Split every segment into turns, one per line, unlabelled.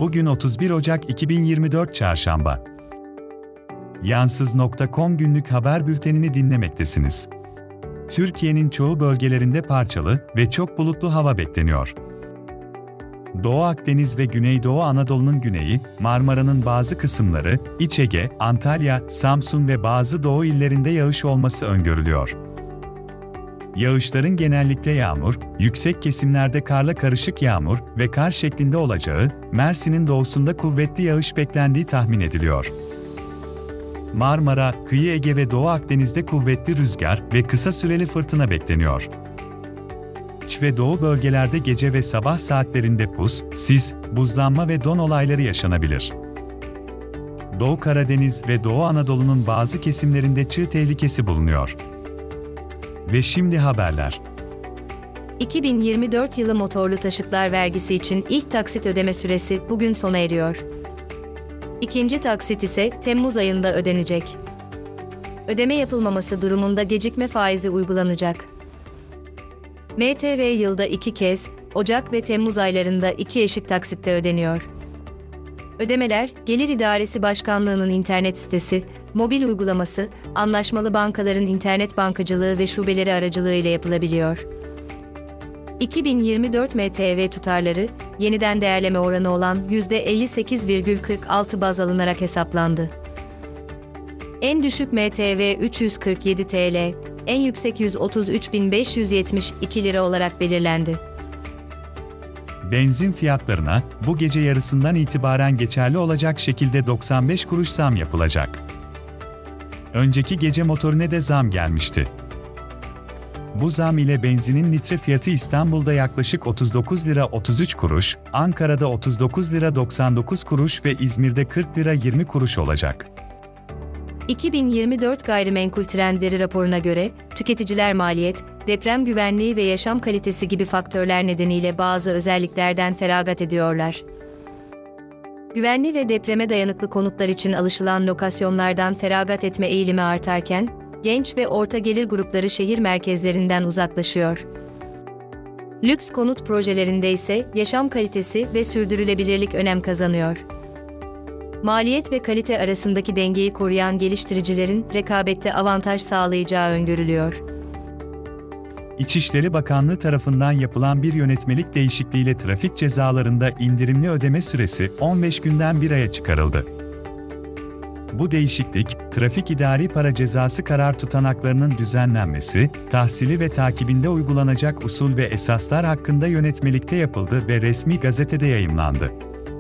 Bugün 31 Ocak 2024 Çarşamba. Yansız.com günlük haber bültenini dinlemektesiniz. Türkiye'nin çoğu bölgelerinde parçalı ve çok bulutlu hava bekleniyor. Doğu Akdeniz ve Güneydoğu Anadolu'nun güneyi, Marmara'nın bazı kısımları, İç Ege, Antalya, Samsun ve bazı doğu illerinde yağış olması öngörülüyor. Yağışların genellikle yağmur, yüksek kesimlerde karla karışık yağmur ve kar şeklinde olacağı, Mersin'in doğusunda kuvvetli yağış beklendiği tahmin ediliyor. Marmara, kıyı Ege ve Doğu Akdeniz'de kuvvetli rüzgar ve kısa süreli fırtına bekleniyor. İç ve doğu bölgelerde gece ve sabah saatlerinde pus, sis, buzlanma ve don olayları yaşanabilir. Doğu Karadeniz ve Doğu Anadolu'nun bazı kesimlerinde çığ tehlikesi bulunuyor. Ve şimdi haberler.
2024 yılı motorlu taşıtlar vergisi için ilk taksit ödeme süresi bugün sona eriyor. İkinci taksit ise Temmuz ayında ödenecek. Ödeme yapılmaması durumunda gecikme faizi uygulanacak. MTV yılda 2 kez, Ocak ve Temmuz aylarında 2 eşit taksitte ödeniyor. Ödemeler, Gelir İdaresi Başkanlığı'nın internet sitesi, mobil uygulaması, anlaşmalı bankaların internet bankacılığı ve şubeleri aracılığıyla yapılabiliyor. 2024 MTV tutarları, yeniden değerleme oranı olan %58,46 baz alınarak hesaplandı. En düşük MTV 347 TL, en yüksek 133.572 lira olarak belirlendi.
Benzin fiyatlarına bu gece yarısından itibaren geçerli olacak şekilde 95 kuruş zam yapılacak. Önceki gece motorine de zam gelmişti. Bu zam ile benzinin litre fiyatı İstanbul'da yaklaşık 39 lira 33 kuruş, Ankara'da 39 lira 99 kuruş ve İzmir'de 40 lira 20 kuruş olacak.
2024 Gayrimenkul Trendleri raporuna göre, tüketiciler maliyet, deprem güvenliği ve yaşam kalitesi gibi faktörler nedeniyle bazı özelliklerden feragat ediyorlar. Güvenli ve depreme dayanıklı konutlar için alışılan lokasyonlardan feragat etme eğilimi artarken, genç ve orta gelir grupları şehir merkezlerinden uzaklaşıyor. Lüks konut projelerinde ise yaşam kalitesi ve sürdürülebilirlik önem kazanıyor. Maliyet ve kalite arasındaki dengeyi koruyan geliştiricilerin rekabette avantaj sağlayacağı öngörülüyor.
İçişleri Bakanlığı tarafından yapılan bir yönetmelik değişikliğiyle trafik cezalarında indirimli ödeme süresi 15 günden 1 aya çıkarıldı. Bu değişiklik, trafik idari para cezası karar tutanaklarının düzenlenmesi, tahsili ve takibinde uygulanacak usul ve esaslar hakkında yönetmelikte yapıldı ve resmi gazetede yayımlandı.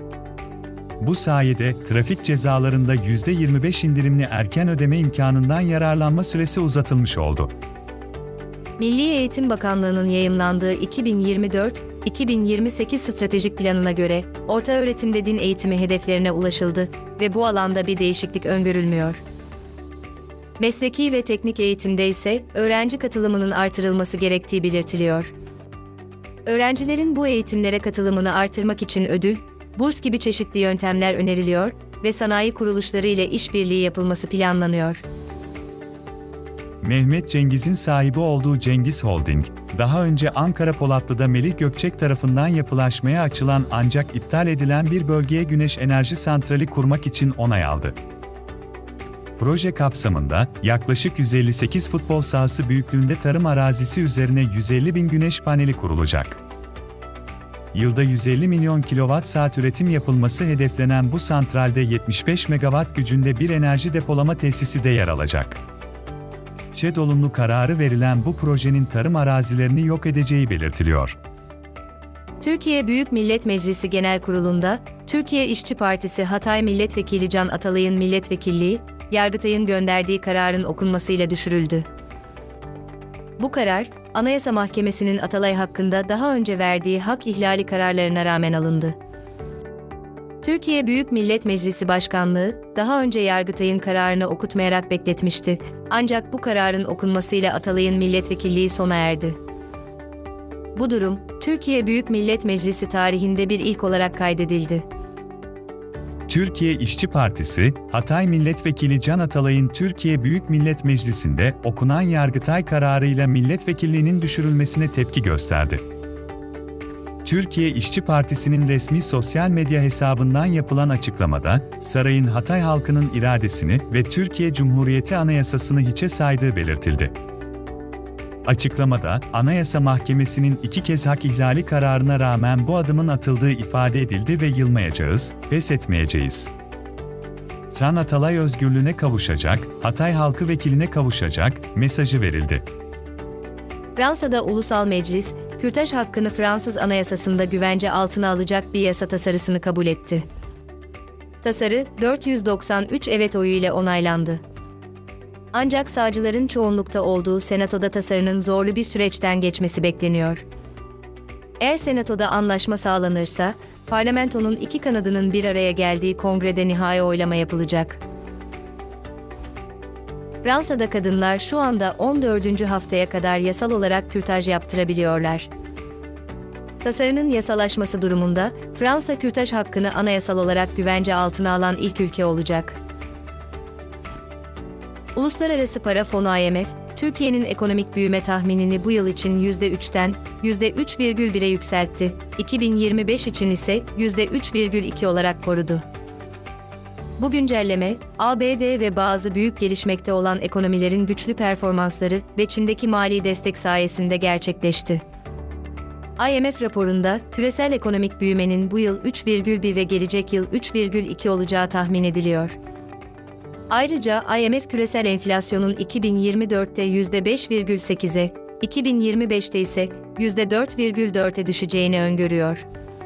Bu sayede trafik cezalarında %25 indirimli erken ödeme imkanından yararlanma süresi uzatılmış oldu.
Milli Eğitim Bakanlığı'nın yayımlandığı 2024-2028 stratejik planına göre, ortaöğretimde din eğitimi hedeflerine ulaşıldı ve bu alanda bir değişiklik öngörülmüyor. Mesleki ve teknik eğitimde ise öğrenci katılımının artırılması gerektiği belirtiliyor. Öğrencilerin bu eğitimlere katılımını artırmak için ödül, burs gibi çeşitli yöntemler öneriliyor ve sanayi kuruluşları ile işbirliği yapılması planlanıyor.
Mehmet Cengiz'in sahibi olduğu Cengiz Holding, daha önce Ankara Polatlı'da Melih Gökçek tarafından yapılaşmaya açılan ancak iptal edilen bir bölgeye güneş enerji santrali kurmak için onay aldı. Proje kapsamında yaklaşık 158 futbol sahası büyüklüğünde tarım arazisi üzerine 150 bin güneş paneli kurulacak. Yılda 150 milyon kilowatt-saat üretim yapılması hedeflenen bu santralde 75 megawatt gücünde bir enerji depolama tesisi de yer alacak. ÇED olumlu kararı verilen bu projenin tarım arazilerini yok edeceği belirtiliyor.
Türkiye Büyük Millet Meclisi Genel Kurulu'nda, Türkiye İşçi Partisi Hatay Milletvekili Can Atalay'ın milletvekilliği, Yargıtay'ın gönderdiği kararın okunmasıyla düşürüldü. Bu karar, Anayasa Mahkemesi'nin Atalay hakkında daha önce verdiği hak ihlali kararlarına rağmen alındı. Türkiye Büyük Millet Meclisi Başkanlığı, daha önce Yargıtay'ın kararını okutmayarak bekletmişti, ancak bu kararın okunmasıyla Atalay'ın milletvekilliği sona erdi. Bu durum, Türkiye Büyük Millet Meclisi tarihinde bir ilk olarak kaydedildi.
Türkiye İşçi Partisi, Hatay Milletvekili Can Atalay'ın Türkiye Büyük Millet Meclisi'nde okunan Yargıtay kararıyla milletvekilliğinin düşürülmesine tepki gösterdi. Türkiye İşçi Partisi'nin resmi sosyal medya hesabından yapılan açıklamada, sarayın Hatay halkının iradesini ve Türkiye Cumhuriyeti Anayasası'nı hiçe saydığı belirtildi. Açıklamada, Anayasa Mahkemesi'nin 2 kez hak ihlali kararına rağmen bu adımın atıldığı ifade edildi ve yılmayacağız, pes etmeyeceğiz. Can Atalay özgürlüğüne kavuşacak, Hatay halkı vekiline kavuşacak mesajı verildi.
Fransa'da Ulusal Meclis, kürtaj hakkını Fransız Anayasası'nda güvence altına alacak bir yasa tasarısını kabul etti. Tasarı, 493 evet oyu ile onaylandı. Ancak sağcıların çoğunlukta olduğu Senato'da tasarının zorlu bir süreçten geçmesi bekleniyor. Eğer Senato'da anlaşma sağlanırsa, parlamentonun 2 kanadının bir araya geldiği kongrede nihai oylama yapılacak. Fransa'da kadınlar şu anda 14. haftaya kadar yasal olarak kürtaj yaptırabiliyorlar. Tasarının yasalaşması durumunda, Fransa kürtaj hakkını anayasal olarak güvence altına alan ilk ülke olacak. Uluslararası Para Fonu IMF, Türkiye'nin ekonomik büyüme tahminini bu yıl için %3'ten %3,1'e yükseltti, 2025 için ise %3,2 olarak korudu. Bu güncelleme, ABD ve bazı büyük gelişmekte olan ekonomilerin güçlü performansları ve Çin'deki mali destek sayesinde gerçekleşti. IMF raporunda, küresel ekonomik büyümenin bu yıl 3,1 ve gelecek yıl 3,2 olacağı tahmin ediliyor. Ayrıca IMF küresel enflasyonun 2024'te %5,8'e, 2025'te ise %4,4'e düşeceğini öngörüyor.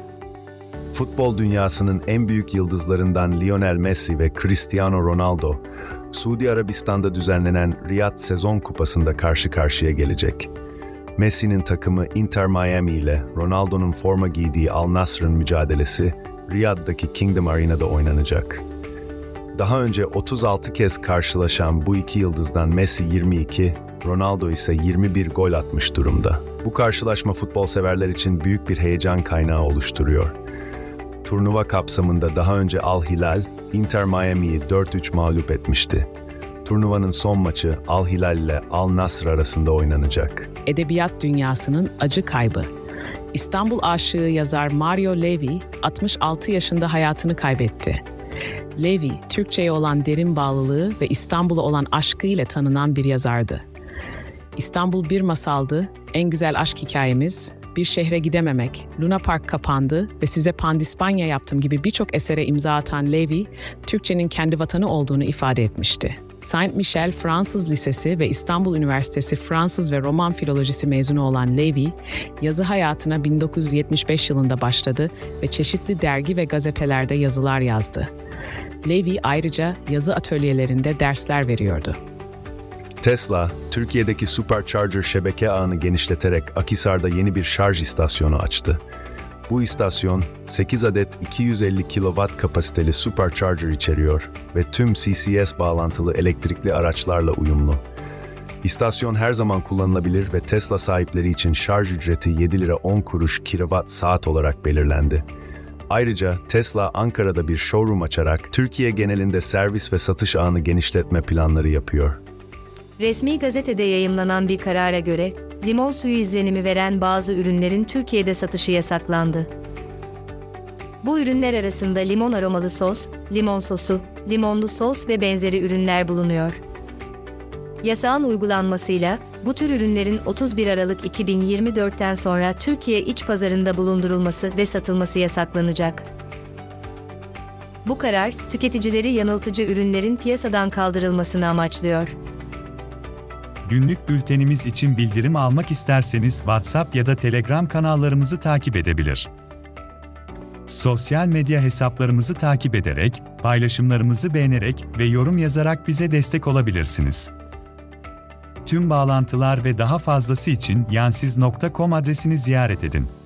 Futbol dünyasının en büyük yıldızlarından Lionel Messi ve Cristiano Ronaldo, Suudi Arabistan'da düzenlenen Riyad Sezon Kupası'nda karşı karşıya gelecek. Messi'nin takımı Inter Miami ile Ronaldo'nun forma giydiği Al Nassr'ın mücadelesi Riyad'daki Kingdom Arena'da oynanacak. Daha önce 36 kez karşılaşan bu iki yıldızdan Messi 22, Ronaldo ise 21 gol atmış durumda. Bu karşılaşma futbol severler için büyük bir heyecan kaynağı oluşturuyor. Turnuva kapsamında daha önce Al Hilal, Inter Miami'yi 4-3 mağlup etmişti. Turnuvanın son maçı Al Hilal ile Al Nassr arasında oynanacak.
Edebiyat dünyasının acı kaybı. İstanbul aşığı yazar Mario Levi, 66 yaşında hayatını kaybetti. Levi, Türkçe'ye olan derin bağlılığı ve İstanbul'a olan aşkıyla tanınan bir yazardı. İstanbul bir masaldı, en güzel aşk hikayemiz, bir şehre gidememek, Luna Park kapandı ve size Pandispanya yaptım gibi birçok esere imza atan Levi, Türkçenin kendi vatanı olduğunu ifade etmişti. Saint Michel Fransız Lisesi ve İstanbul Üniversitesi Fransız ve Roman Filolojisi mezunu olan Levi, yazı hayatına 1975 yılında başladı ve çeşitli dergi ve gazetelerde yazılar yazdı. Levi ayrıca yazı atölyelerinde dersler veriyordu.
Tesla, Türkiye'deki Supercharger şebeke ağını genişleterek Akhisar'da yeni bir şarj istasyonu açtı. Bu istasyon, 8 adet 250 kW kapasiteli Supercharger içeriyor ve tüm CCS bağlantılı elektrikli araçlarla uyumlu. İstasyon her zaman kullanılabilir ve Tesla sahipleri için şarj ücreti 7 lira 10 kuruş kWh olarak belirlendi. Ayrıca Tesla Ankara'da bir showroom açarak Türkiye genelinde servis ve satış ağını genişletme planları yapıyor.
Resmi gazetede yayımlanan bir karara göre, limon suyu izlenimi veren bazı ürünlerin Türkiye'de satışı yasaklandı. Bu ürünler arasında limon aromalı sos, limon sosu, limonlu sos ve benzeri ürünler bulunuyor. Yasağın uygulanmasıyla, bu tür ürünlerin 31 Aralık 2024'ten sonra Türkiye iç pazarında bulundurulması ve satılması yasaklanacak. Bu karar, tüketicileri yanıltıcı ürünlerin piyasadan kaldırılmasını amaçlıyor.
Günlük bültenimiz için bildirim almak isterseniz WhatsApp ya da Telegram kanallarımızı takip edebilir. Sosyal medya hesaplarımızı takip ederek, paylaşımlarımızı beğenerek ve yorum yazarak bize destek olabilirsiniz. Tüm bağlantılar ve daha fazlası için yansiz.com adresini ziyaret edin.